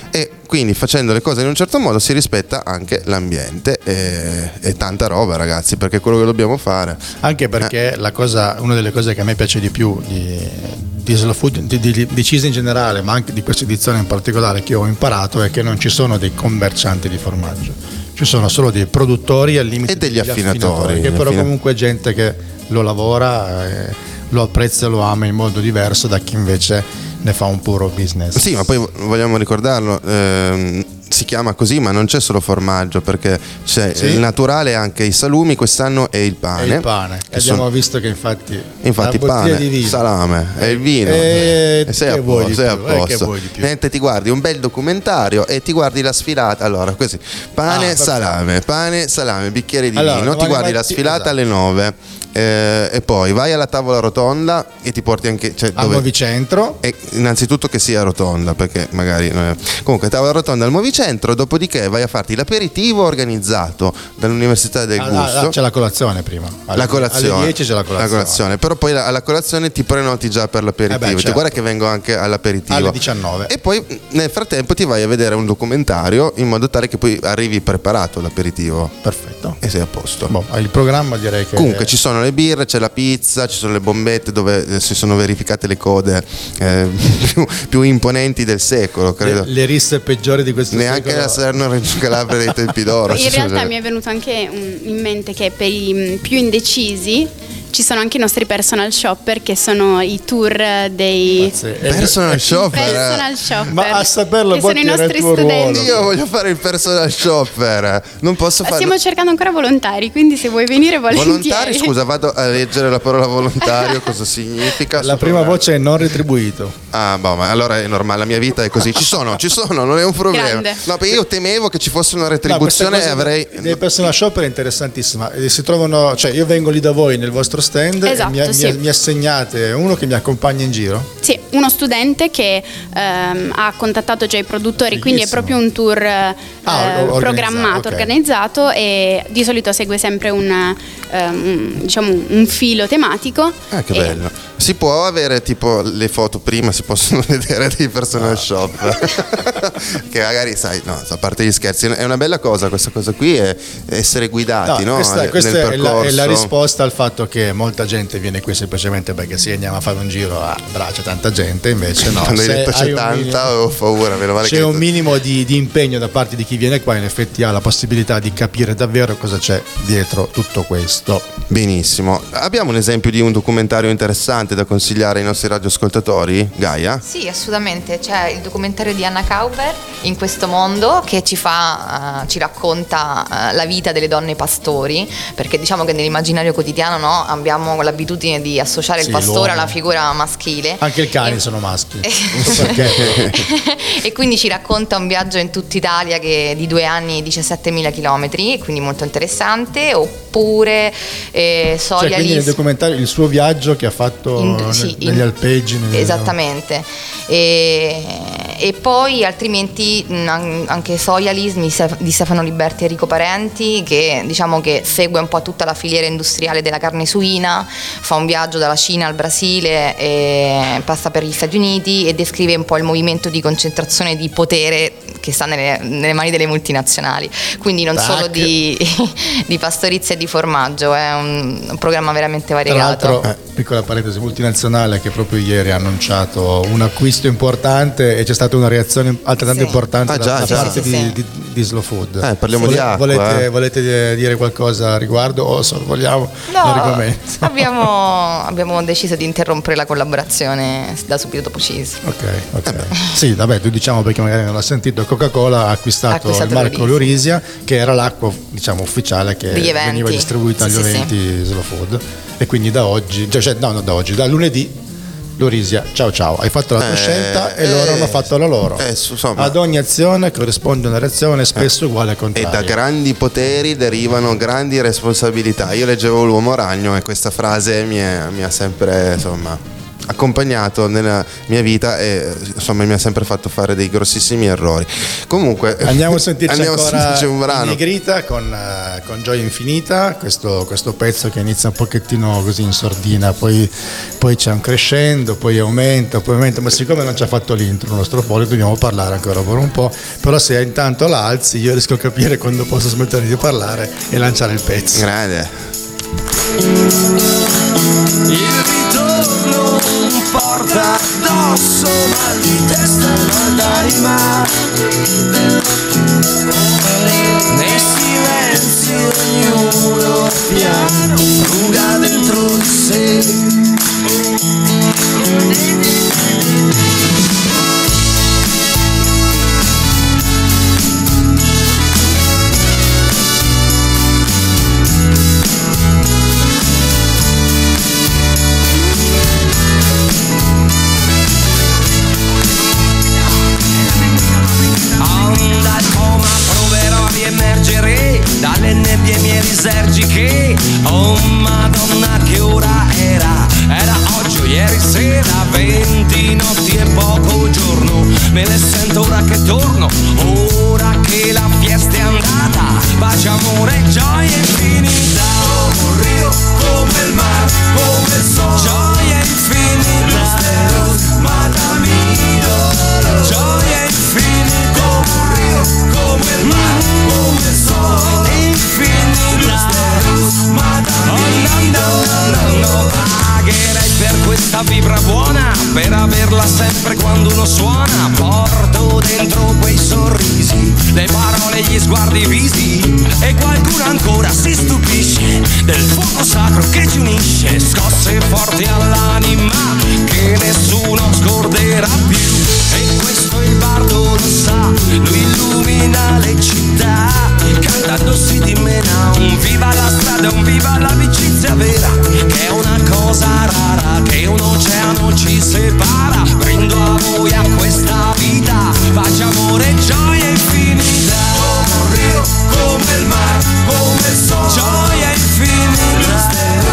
quindi facendo le cose in un certo modo si rispetta anche l'ambiente e, e tanta roba, ragazzi, perché è quello che dobbiamo fare. Anche perché la cosa, una delle cose che a me piace di più di, di Slow Food, di, di, di Cheese in generale, ma anche di questa edizione in particolare che ho imparato, è che non ci sono dei commercianti di formaggio, ci sono solo dei produttori al limite E degli degli affinatori, che però affina- comunque è gente che lo lavora, eh, lo apprezza e lo ama in modo diverso da chi invece ne fa un puro business. Sì, ma poi vogliamo ricordarlo, ehm, si chiama così, ma non c'è solo formaggio, perché c'è Sì. il naturale, anche i salumi quest'anno e il pane. E il pane. che E abbiamo sono- visto che infatti, Infatti la bottiglia pane, di vino, salame e il vino E e sei che a vuoi di posto, sei a più? Eh, che posto. vuoi di più? Niente, ti guardi un bel documentario e ti guardi la sfilata. Allora, così, pane, Ah, perfetto. salame, pane, salame, bicchiere di Allora, vino, ti domani guardi la matti- sfilata esatto. alle nove eh, e poi vai alla tavola rotonda e ti porti anche, cioè, al dove- Movicentro. e innanzitutto che sia rotonda, perché magari non è- comunque tavola rotonda al Movicentro, dopodiché vai a farti l'aperitivo organizzato dall'Università del Ah, Gusto. ah, c'è la colazione prima. Alle, La colazione, alle dieci c'è la colazione. però poi la- alla colazione ti prenoti già per l'aperitivo. Eh beh, Cioè, certo. guarda che vengo anche all'aperitivo Alle diciannove. e poi nel frattempo ti vai a vedere un documentario in modo tale che poi arrivi preparato all'aperitivo Perfetto. e sei a posto. Boh, il programma direi che Comunque ci sono le birre, c'è la pizza, ci sono le bombette dove eh, si sono verificate le code eh, più, più imponenti del secolo, credo. le, le risse peggiori di questo Neanche secolo. la Salerno Reggio Calabria dei tempi d'oro. In realtà mi è venuto anche un- in mente che per i mm, più indecisi ci sono anche i nostri personal shopper, che sono i tour dei Sì, e- Personal e- shopper. personal shopper, Ma a saperlo, che sono i Botti, era il nostri tuo studenti. ruolo. Io voglio fare il personal shopper, non posso fare. Stiamo cercando ancora volontari, quindi se vuoi venire volentieri. Volontari, scusa, vado a leggere la parola volontario, cosa significa? La prima voce è non retribuito. Ah, boh, ma allora è normale, la mia vita è così. Ci sono, ci sono, non è un problema. Grande. No, perché io temevo che ci fosse una No, questa retribuzione cosa e avrei. dei personal shopper è interessantissima. E si trovano, cioè io vengo lì da voi nel vostro stand Esatto, e mi, sì. mi, mi assegnate uno che mi accompagna in giro. Sì, uno studente che ehm, ha contattato già i produttori, quindi è Fighissimo. proprio un tour eh, Ah, or- programmato, organizzato, ok. organizzato, e di solito segue sempre un, ehm, diciamo, un filo tematico. Ah, che E- bello. Si può avere tipo le foto prima, si possono vedere dei personal shop. Che magari, sai, no, a parte gli scherzi, è una bella cosa questa cosa qui, è essere guidati, no? questa, nel questa è, la, percorso. è la risposta al fatto che molta gente viene qui semplicemente perché sì, andiamo a fare un giro a braccia, c'è tanta gente, invece no. Quando hai se detto c'è hai un tanta, minimo- ho paura, meno male c'è che- un minimo di, di impegno da parte di chi viene qua, in effetti ha la possibilità di capire davvero cosa c'è dietro tutto questo. Benissimo. Abbiamo un esempio di un documentario interessante da consigliare ai nostri radioascoltatori, Gaia? Sì, assolutamente. C'è il documentario di Anna Kauber, In questo mondo, che ci fa, eh, ci racconta eh, la vita delle donne pastori, perché diciamo che nell'immaginario quotidiano, no, abbiamo l'abitudine di associare Sì, il pastore l'uomo. alla figura maschile. Anche i cani E- sono maschi. Non so perché. e quindi ci racconta un viaggio in tutta Italia che di due anni, diciassettemila chilometri, quindi molto interessante. Oppure eh, Cioè, quindi nel Soyalis. documentario il suo viaggio che ha fatto In- nel- sì, negli in- alpeggi. nel- Esattamente. E, e poi altrimenti mh, an- anche Soyalis di Stef- di Stefano Liberti e Enrico Parenti, che diciamo che segue un po' tutta la filiera industriale della carne suina, fa un viaggio dalla Cina al Brasile e passa per gli Stati Uniti e descrive un po' il movimento di concentrazione di potere che sta nelle, nelle mani delle multinazionali, quindi non Tac. solo di, di pastorizia e di formaggio, è un, un programma veramente Tra variegato. l'altro, eh, piccola parentesi, multinazionale che proprio ieri ha annunciato un acquisto importante e c'è stata una reazione altrettanto Sì. importante Ah, da, già, da già. parte Sì, di, sì. di- di Slow Food. Eh, parliamo di acqua, Volete, eh. volete dire qualcosa a riguardo o sorvoliamo No, l'argomento? abbiamo, abbiamo deciso di interrompere la collaborazione da subito dopo Cheese. Ok, ok. Sì, vabbè, tu diciamo perché magari non l'ha sentito, Coca-Cola ha acquistato, Ha acquistato il marco l'Orisia. L'Orisia, che era l'acqua, diciamo, ufficiale che Degli eventi. veniva distribuita agli Sì, sì, eventi Slow Food. E quindi da oggi, cioè, cioè, no, no, da oggi, da lunedì L'Orisia, ciao ciao, hai fatto la tua Eh, scelta e eh, loro hanno fatto la loro. eh, insomma. Ad ogni azione corrisponde una reazione spesso uguale al E contrario. da grandi poteri derivano grandi responsabilità. Io leggevo L'Uomo Ragno e questa frase mi, è- mi ha sempre, insomma, accompagnato nella mia vita e insomma mi ha sempre fatto fare dei grossissimi errori. Comunque andiamo a sentirci andiamo ancora a sentirci un brano. Negrita con, uh, con Gioia Infinita, questo, questo pezzo che inizia un pochettino così in sordina, poi, poi c'è un crescendo, poi aumenta, poi aumenta, ma siccome non ci ha fatto l'intro il nostro poli dobbiamo parlare ancora per un po', però se intanto la alzi io riesco a capire quando posso smettere di parlare e lanciare il pezzo. Grande. Il ritorno non porta addosso mal di testa e mal d'anima. Nei silenzi ognuno piano fruga dentro di sé. Dalle nebbie mie risergiche, oh madonna che ora era, era oggi o ieri sera, venti notti e poco giorno, me le sento ora che torno, ora che la fiesta è andata, pace, amore e gioia infinita, come un rio, come il mare, come il sole, gioia infinita, matamino, gioia infinita, come un rio, come il mare, come il sole. Pagherei per questa vibra buona, per averla sempre quando uno suona. Porto dentro quei sorrisi, le parole, gli sguardi, i visi, e qualcuno ancora si stupisce del fuoco sacro che ci unisce. Scosse forti all'anima che nessuno scorderà più, e questo il bardo lo sa, lui illumina le città, cantando si dimena un viva la strada, un viva l'amicizia vera, che è una cosa rara, che un oceano ci separa. Brindo a voi, a questa vita, pace, amore e gioia infinita, come un rio, come il mare, come il sole, gioia infinita,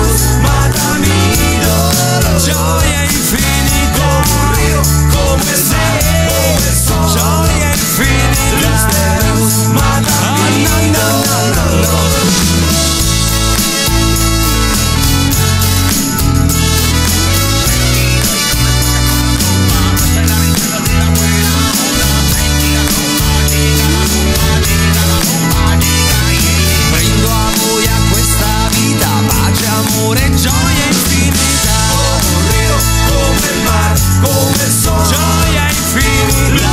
matamino, gioia infinita, come un rio, come il mare, come il sole, gioia infinita, matamino, no, no, no, no. Amore e gioia infinita, come un rio, come il mare, come il sole, gioia infinita,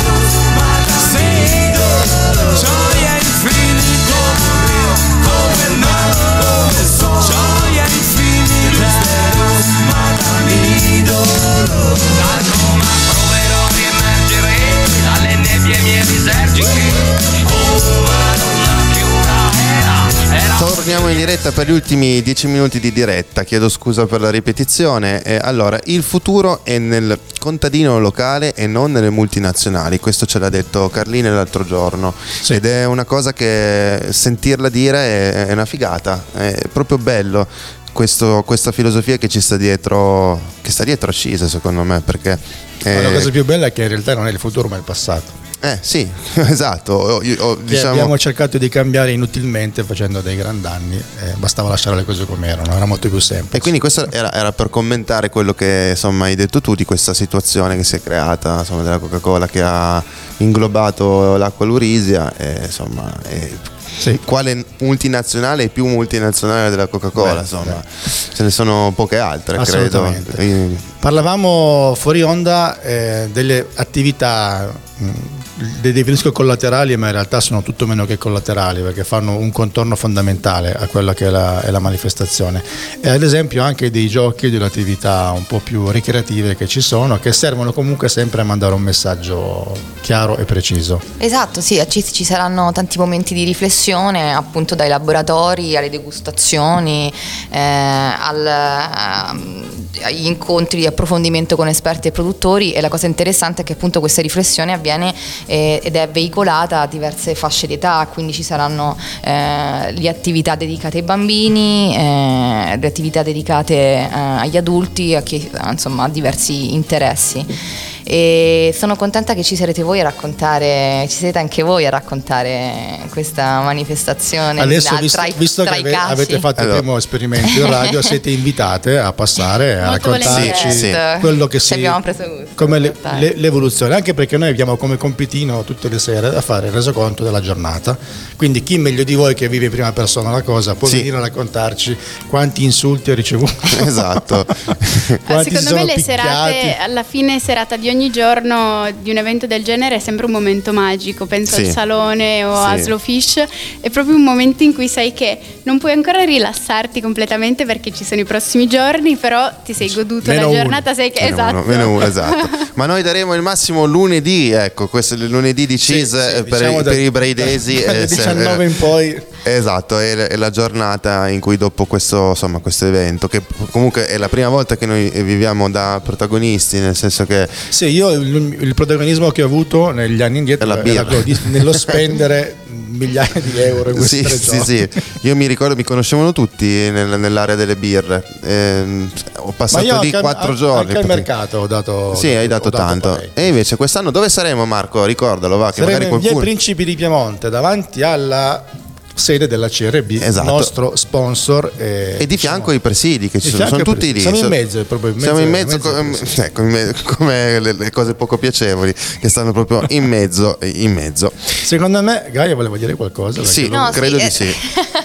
sì, gioia infinita, come un rio, come il mare, come il sole, gioia infinita, matamino. Dal coma proverò a riemergere, dalle nebbie mie risergiche, oh madonna che ora era, era. Torniamo in diretta per gli ultimi dieci minuti di diretta, chiedo scusa per la ripetizione. Eh, allora, il futuro è nel contadino locale e non nelle multinazionali, questo ce l'ha detto Carlini l'altro giorno, sì. Ed è una cosa che sentirla dire è, è una figata, è proprio bello questo, questa filosofia che ci sta dietro, che sta dietro a Cise secondo me, perché eh, la cosa più bella è che in realtà non è il futuro ma il passato. Eh sì, esatto. Io, io, diciamo... Abbiamo cercato di cambiare inutilmente facendo dei gran danni, eh, bastava lasciare le cose come erano, era molto più semplice. E quindi questo era, era per commentare quello che insomma hai detto tu di questa situazione che si è creata, insomma, della Coca-Cola che ha inglobato l'acqua Lurisia e insomma e sì. Quale multinazionale è più multinazionale della Coca-Cola? Beh, insomma, beh. Ce ne sono poche altre, credo. Parlavamo fuori onda eh, delle attività, mh, le definisco collaterali, ma in realtà sono tutto meno che collaterali, perché fanno un contorno fondamentale a quella che è la, è la manifestazione. E ad esempio anche dei giochi, delle attività un po' più ricreative che ci sono, che servono comunque sempre a mandare un messaggio chiaro e preciso. Esatto, sì, ci, ci saranno tanti momenti di riflessione, appunto dai laboratori alle degustazioni, eh, al, agli incontri di approfondimento con esperti e produttori, e la cosa interessante è che appunto questa riflessione avviene eh, ed è veicolata a diverse fasce d'età, quindi ci saranno eh, le attività dedicate ai bambini, eh, le attività dedicate eh, agli adulti, a chi insomma ha diversi interessi. E sono contenta che ci sarete voi a raccontare, ci siete anche voi a raccontare questa manifestazione. Adesso, da, visto, tra i, visto tra che i ave- casi. avete fatto Allora. il primo esperimento in radio, siete invitate a passare a Molto raccontarci Sì, sì. quello che Ci si abbiamo preso gusto, come le- raccontare. le- l'evoluzione, anche perché noi abbiamo come compitino tutte le sere a fare il resoconto della giornata, quindi chi meglio di voi che vive in prima persona la cosa può Sì. venire a raccontarci quanti insulti ha ricevuto. Esatto. Quanti si Secondo sono me le picchiati. serate, alla fine serata di ogni giorno di un evento del genere è sempre un momento magico, penso Sì. al salone o Sì. a Slow Fish, è proprio un momento in cui sai che non puoi ancora rilassarti completamente perché ci sono i prossimi giorni, però ti sei goduto Meno la uno. giornata, sai che Meno esatto. uno, meno uno, esatto. Ma noi daremo il massimo lunedì, ecco, questo è il lunedì di Sì, Cheese sì, eh, per, diciamo i- per da- i braidesi. dalle eh, se- diciannove in poi. Esatto, è, è la giornata in cui dopo questo, insomma, questo evento, che comunque è la prima volta che noi viviamo da protagonisti, nel senso che Sì, io il, il protagonismo che ho avuto negli anni indietro È la era birra. quello di- nello spendere migliaia di euro in questi sì, tre sì, giorni. sì, io mi ricordo, mi conoscevano tutti nel- nell'area delle birre. Ehm, ho Ma passato io lì anche, quattro an- giorni. anche al perché- mercato ho dato. Sì, hai dato ho tanto. parecchio. E invece quest'anno dove saremo, Marco? Ricordalo, va, che Saremo magari in via qualcuno. Principi di Piemonte, davanti alla sede della C R B, Esatto. nostro sponsor. E, E di fianco i presidi che ci Di sono, sono fianco i tutti lì. presidi. Siamo in So- mezzo, proprio in mezzo- Siamo in in mezzo, mezzo ai com- presidi. ecco, in me- come le, le cose poco piacevoli che stanno proprio in mezzo, in mezzo. Secondo me, Gaia voleva dire qualcosa. perché Sì. lui- No, credo sì, di eh, sì.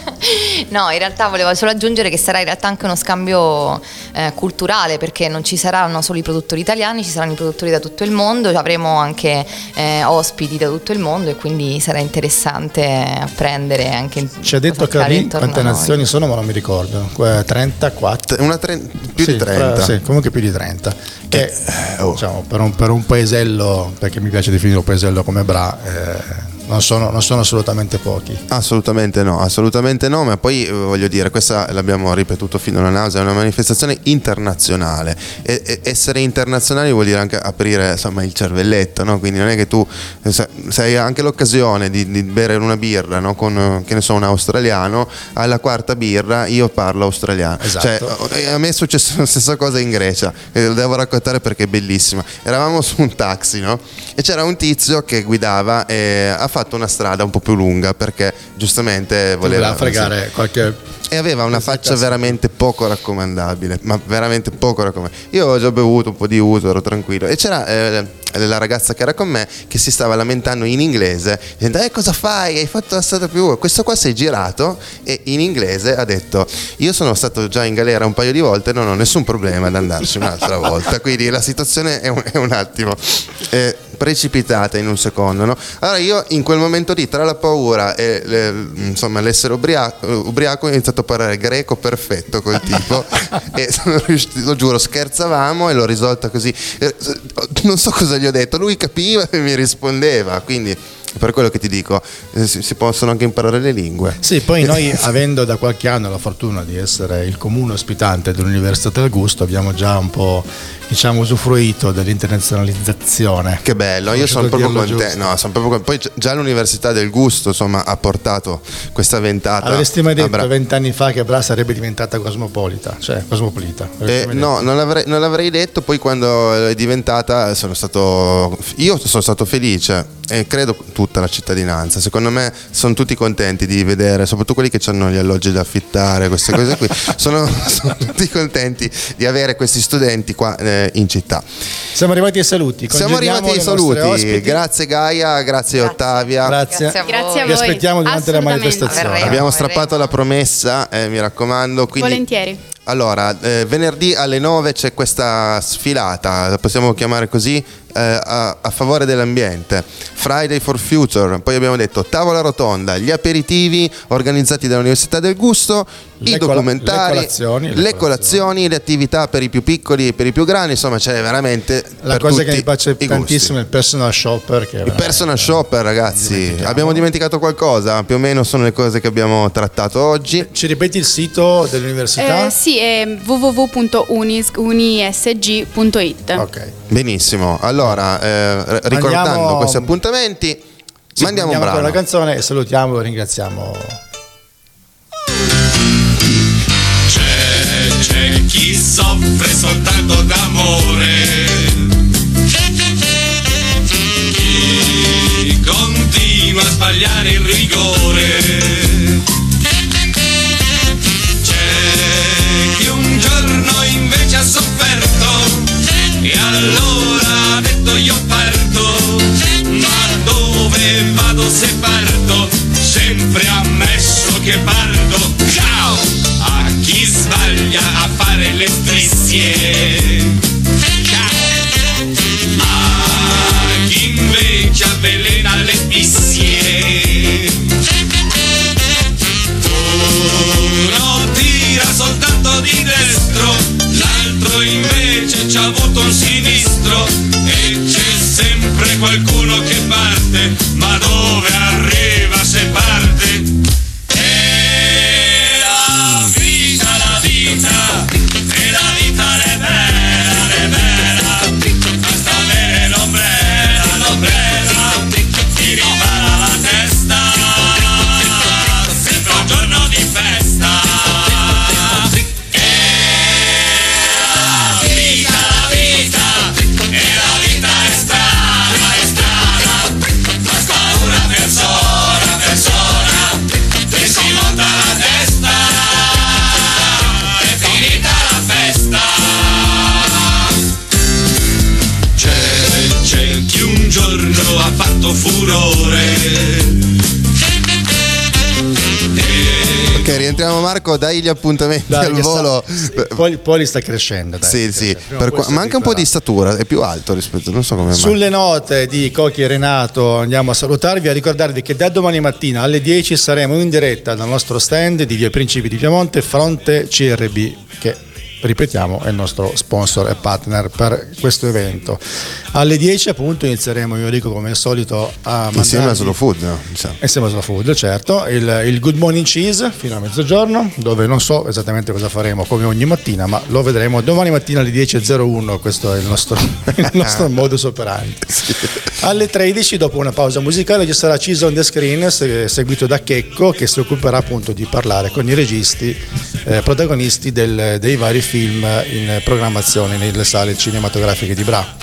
No, in realtà volevo solo aggiungere che sarà in realtà anche uno scambio eh, culturale, perché non ci saranno solo i produttori italiani, ci saranno i produttori da tutto il mondo, avremo anche eh, ospiti da tutto il mondo, e quindi sarà interessante apprendere anche. Ci ha detto cosa accade Carlì intorno quante a noi. nazioni sono, ma non mi ricordo. Que- trentaquattro. Una tre- più Sì, di trenta. fra- sì, comunque più di trenta. Che Eh, oh. diciamo, per, un, per un paesello, perché mi piace definire un paesello come Bra, eh, non, sono, non sono assolutamente pochi. Assolutamente no, assolutamente no, ma poi eh, voglio dire, questa l'abbiamo ripetuto fino alla nausea, è una manifestazione internazionale, e, e essere internazionali vuol dire anche aprire, insomma, il cervelletto, no? Quindi non è che tu eh, se, se hai anche l'occasione di, di bere una birra, no? Con, eh, che ne so, un australiano, alla quarta birra io parlo australiano. Esatto. Cioè, eh, a me è successa la stessa cosa in Grecia, e lo devo raccontare perché è bellissima. Eravamo su un taxi, no? E c'era un tizio che guidava e ha fatto una strada un po' più lunga perché giustamente voleva Voleva fregare qualche. e aveva una faccia veramente poco raccomandabile, ma veramente poco raccomandabile. Io ho già bevuto un po' di uso, ero tranquillo, e c'era eh, la ragazza che era con me che si stava lamentando in inglese, dicendo eh cosa fai, hai fatto la strada più. Questo qua si è girato e in inglese ha detto io sono stato già in galera un paio di volte, non ho nessun problema ad andarci un'altra volta, quindi la situazione è un, è un attimo eh, precipitata in un secondo, no? Allora io in quel momento lì, tra la paura e le- insomma l'essere ubriaco, ubriaco ho iniziato a parlare greco perfetto col tipo e sono riuscito, lo giuro, scherzavamo e l'ho risolta così. Eh, non so cosa gli ho detto, lui capiva e mi rispondeva, quindi per quello che ti dico, eh, si, si possono anche imparare le lingue. Sì, poi noi, avendo da qualche anno la fortuna di essere il comune ospitante dell'Università del Gusto, abbiamo già un po', diciamo, usufruito dell'internazionalizzazione. Che bello, io Conosciuto sono proprio dirlo contento. giusto. No, sono proprio con- poi già l'Università del Gusto, insomma, ha portato questa ventata. Avresti mai a detto Bra- vent'anni fa che Bra sarebbe diventata cosmopolita, cioè cosmopolita? Avresti Eh, mai no, detto? non l'avrei, non l'avrei detto, poi quando è diventata sono stato io sono stato felice, e credo tutta la cittadinanza. Secondo me sono tutti contenti di vedere, soprattutto quelli che hanno gli alloggi da affittare, queste cose qui. sono, sono tutti contenti di avere questi studenti qua eh, in città. Siamo arrivati ai saluti. Siamo Congediamo arrivati ai le nostre saluti. ospiti. Grazie Gaia, grazie, Ottavia. Grazie. Grazie a voi. Grazie a Vi voi. aspettiamo durante la Assolutamente. manifestazione. Verremo. Abbiamo strappato la promessa, eh, mi raccomando. Quindi, Volentieri. allora, eh, venerdì alle nove c'è questa sfilata, la possiamo chiamare così, eh, a, a favore dell'ambiente. Friday for Future, poi abbiamo detto tavola rotonda, gli aperitivi organizzati dall'Università del Gusto, Le i cola- documentari, le colazioni, le, le colazioni, le attività per i più piccoli e per i più grandi, insomma c'è veramente La per cosa tutti che mi piace i gusti. tantissimo è il personal shopper. Che è Il veramente- personal shopper, ragazzi, dimentichiamo. abbiamo dimenticato qualcosa? Più o meno sono le cose che abbiamo trattato oggi. Ci ripeti il sito dell'università? Eh, sì, Sì, è w w w punto unisg punto it. Ok. Benissimo, allora eh, r- ricordando Andiamo- questi appuntamenti, Sì, mandiamo un con brano. la canzone e salutiamo e ringraziamo. C'è, c'è chi soffre soltanto d'amore, chi continua a sbagliare il rigore, c'è chi un giorno invece ha sofferto e allora ha detto io parto, ma dove vado se parto, sempre ammesso che parto, ciao! A chi sbaglia a fare le strisce, ciao! A chi invece avvelena le fissie, uno tira soltanto di destro, l'altro invece c'ha avuto un sinistro, e c'è sempre qualcuno che parte, ma dove arriva se parte? E la vita, la vita, e la vita è bella, è bella, basta avere l'ombrella, l'ombrella, ti ripara la testa, sembra un giorno di festa. E la vita, la vita, e la vita è strana, è strana, basta una persona, persona, che si monta la testa, è finita la festa. C'è, c'è chi un giorno ha fatto furore, Ok, rientriamo Marco, dai gli appuntamenti Dai, al che volo. sta- Poli, Poli sta crescendo, dai. Sì, sì, Prima o per poi qua- si manca un po' di equipara. statura, è più alto rispetto, non so come mai. Sulle note di Cocchi e Renato andiamo a salutarvi, a ricordarvi che da domani mattina alle dieci saremo in diretta dal nostro stand di Via Principi di Piemonte, Fronte C R B, che ripetiamo è il nostro sponsor e partner per questo evento. Alle dieci appunto inizieremo, io dico come al solito, a Insieme a mandarvi- Solo Food, no? Diciamo. Insieme a Slow Food, certo, il, il Good Morning Cheese fino a mezzogiorno, dove non so esattamente cosa faremo come ogni mattina, ma lo vedremo domani mattina alle dieci e zero uno, questo è il nostro, il nostro modus operandi. Alle tredici, dopo una pausa musicale, ci sarà Cheese on the Screen, se- seguito da Checco, che si occuperà appunto di parlare con i registi eh, protagonisti del- dei vari film in programmazione nelle sale cinematografiche di Bra.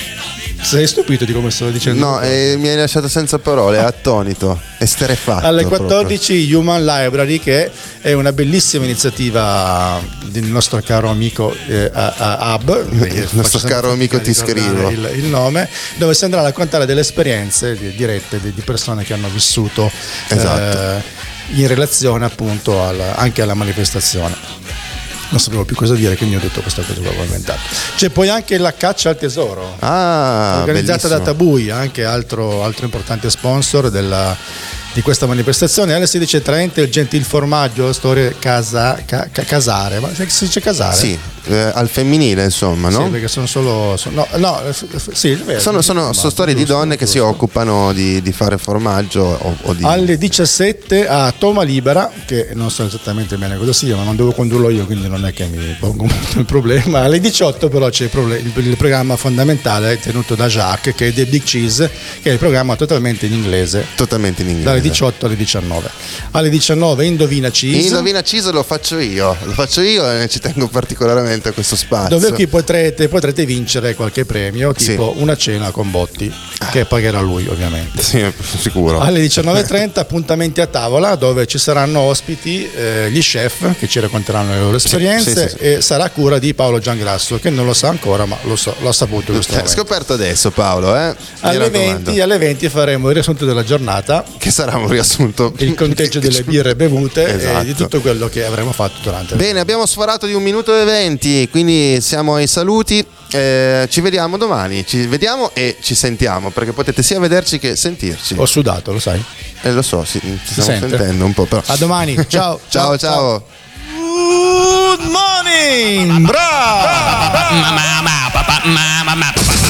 Sei stupito di come stavo dicendo? No, eh, mi hai lasciato senza parole, attonito, esterefatto. Alle proprio. quattordici Human Library, che è una bellissima iniziativa del nostro caro amico eh, a- a- Ab, Il nostro caro amico Ti Scrivo. il, il nome, dove si andrà a raccontare delle esperienze di- dirette di, di persone che hanno vissuto Esatto. eh, in relazione appunto alla- anche alla manifestazione. Non sapevo più cosa dire, quindi ho detto questa cosa qua, ho inventato. C'è poi anche la caccia al tesoro, Ah, organizzata bellissimo. da Tabui, anche altro, altro importante sponsor della, di questa manifestazione. Alle sedici e trenta il Gentil Formaggio, storie casa, ca- ca- casare, ma si dice casare? Sì, eh, al femminile insomma, no? Sì, perché sono solo sono, no, no, f- f- sì, è vero, Sono, sono, Formaggio, sono storie di giusto, donne che si giusto. occupano di, di fare formaggio o, o di... Alle diciassette a Toma Libera, che non so esattamente bene cosa sia, ma non devo condurlo io, quindi non è che mi pongo molto il problema. Alle diciotto però c'è il, proble- il- il programma fondamentale tenuto da Jacques, che è The Big Cheese, che è il programma totalmente in inglese, Totalmente in inglese. dalle diciotto alle diciannove. Alle diciannove Indovina Cheese, Indovina Cheese lo faccio io, lo faccio io e ci tengo particolarmente a questo spazio. dove qui potrete, potrete vincere qualche premio, Sì. tipo una cena con Botti, che pagherà lui ovviamente. Sì, sicuro. Alle diciannove e trenta appuntamenti a tavola, dove ci saranno ospiti eh, gli chef che ci racconteranno le loro esperienze, sì, sì, sì. e sarà a cura di Paolo Giangrasso, che non lo sa ancora, ma lo so, l'ho saputo in questo Eh, momento. scoperto adesso Paolo, eh? Mi Alle raccomando. venti, alle venti faremo il riassunto della giornata, Che sarà un riassunto. il conteggio delle birre bevute Esatto. e di tutto quello che avremo fatto durante il Bene, abbiamo sforato di un minuto e venti, quindi siamo ai saluti. Eh, ci vediamo domani, ci vediamo e ci sentiamo, perché potete sia vederci che sentirci. Ho sudato, lo sai. Eh, lo so, sì, ci stiamo sente? sentendo un po', però. A domani, ciao. Ciao, ciao. Good morning, bravo. Mamma, papà, mamma, papà.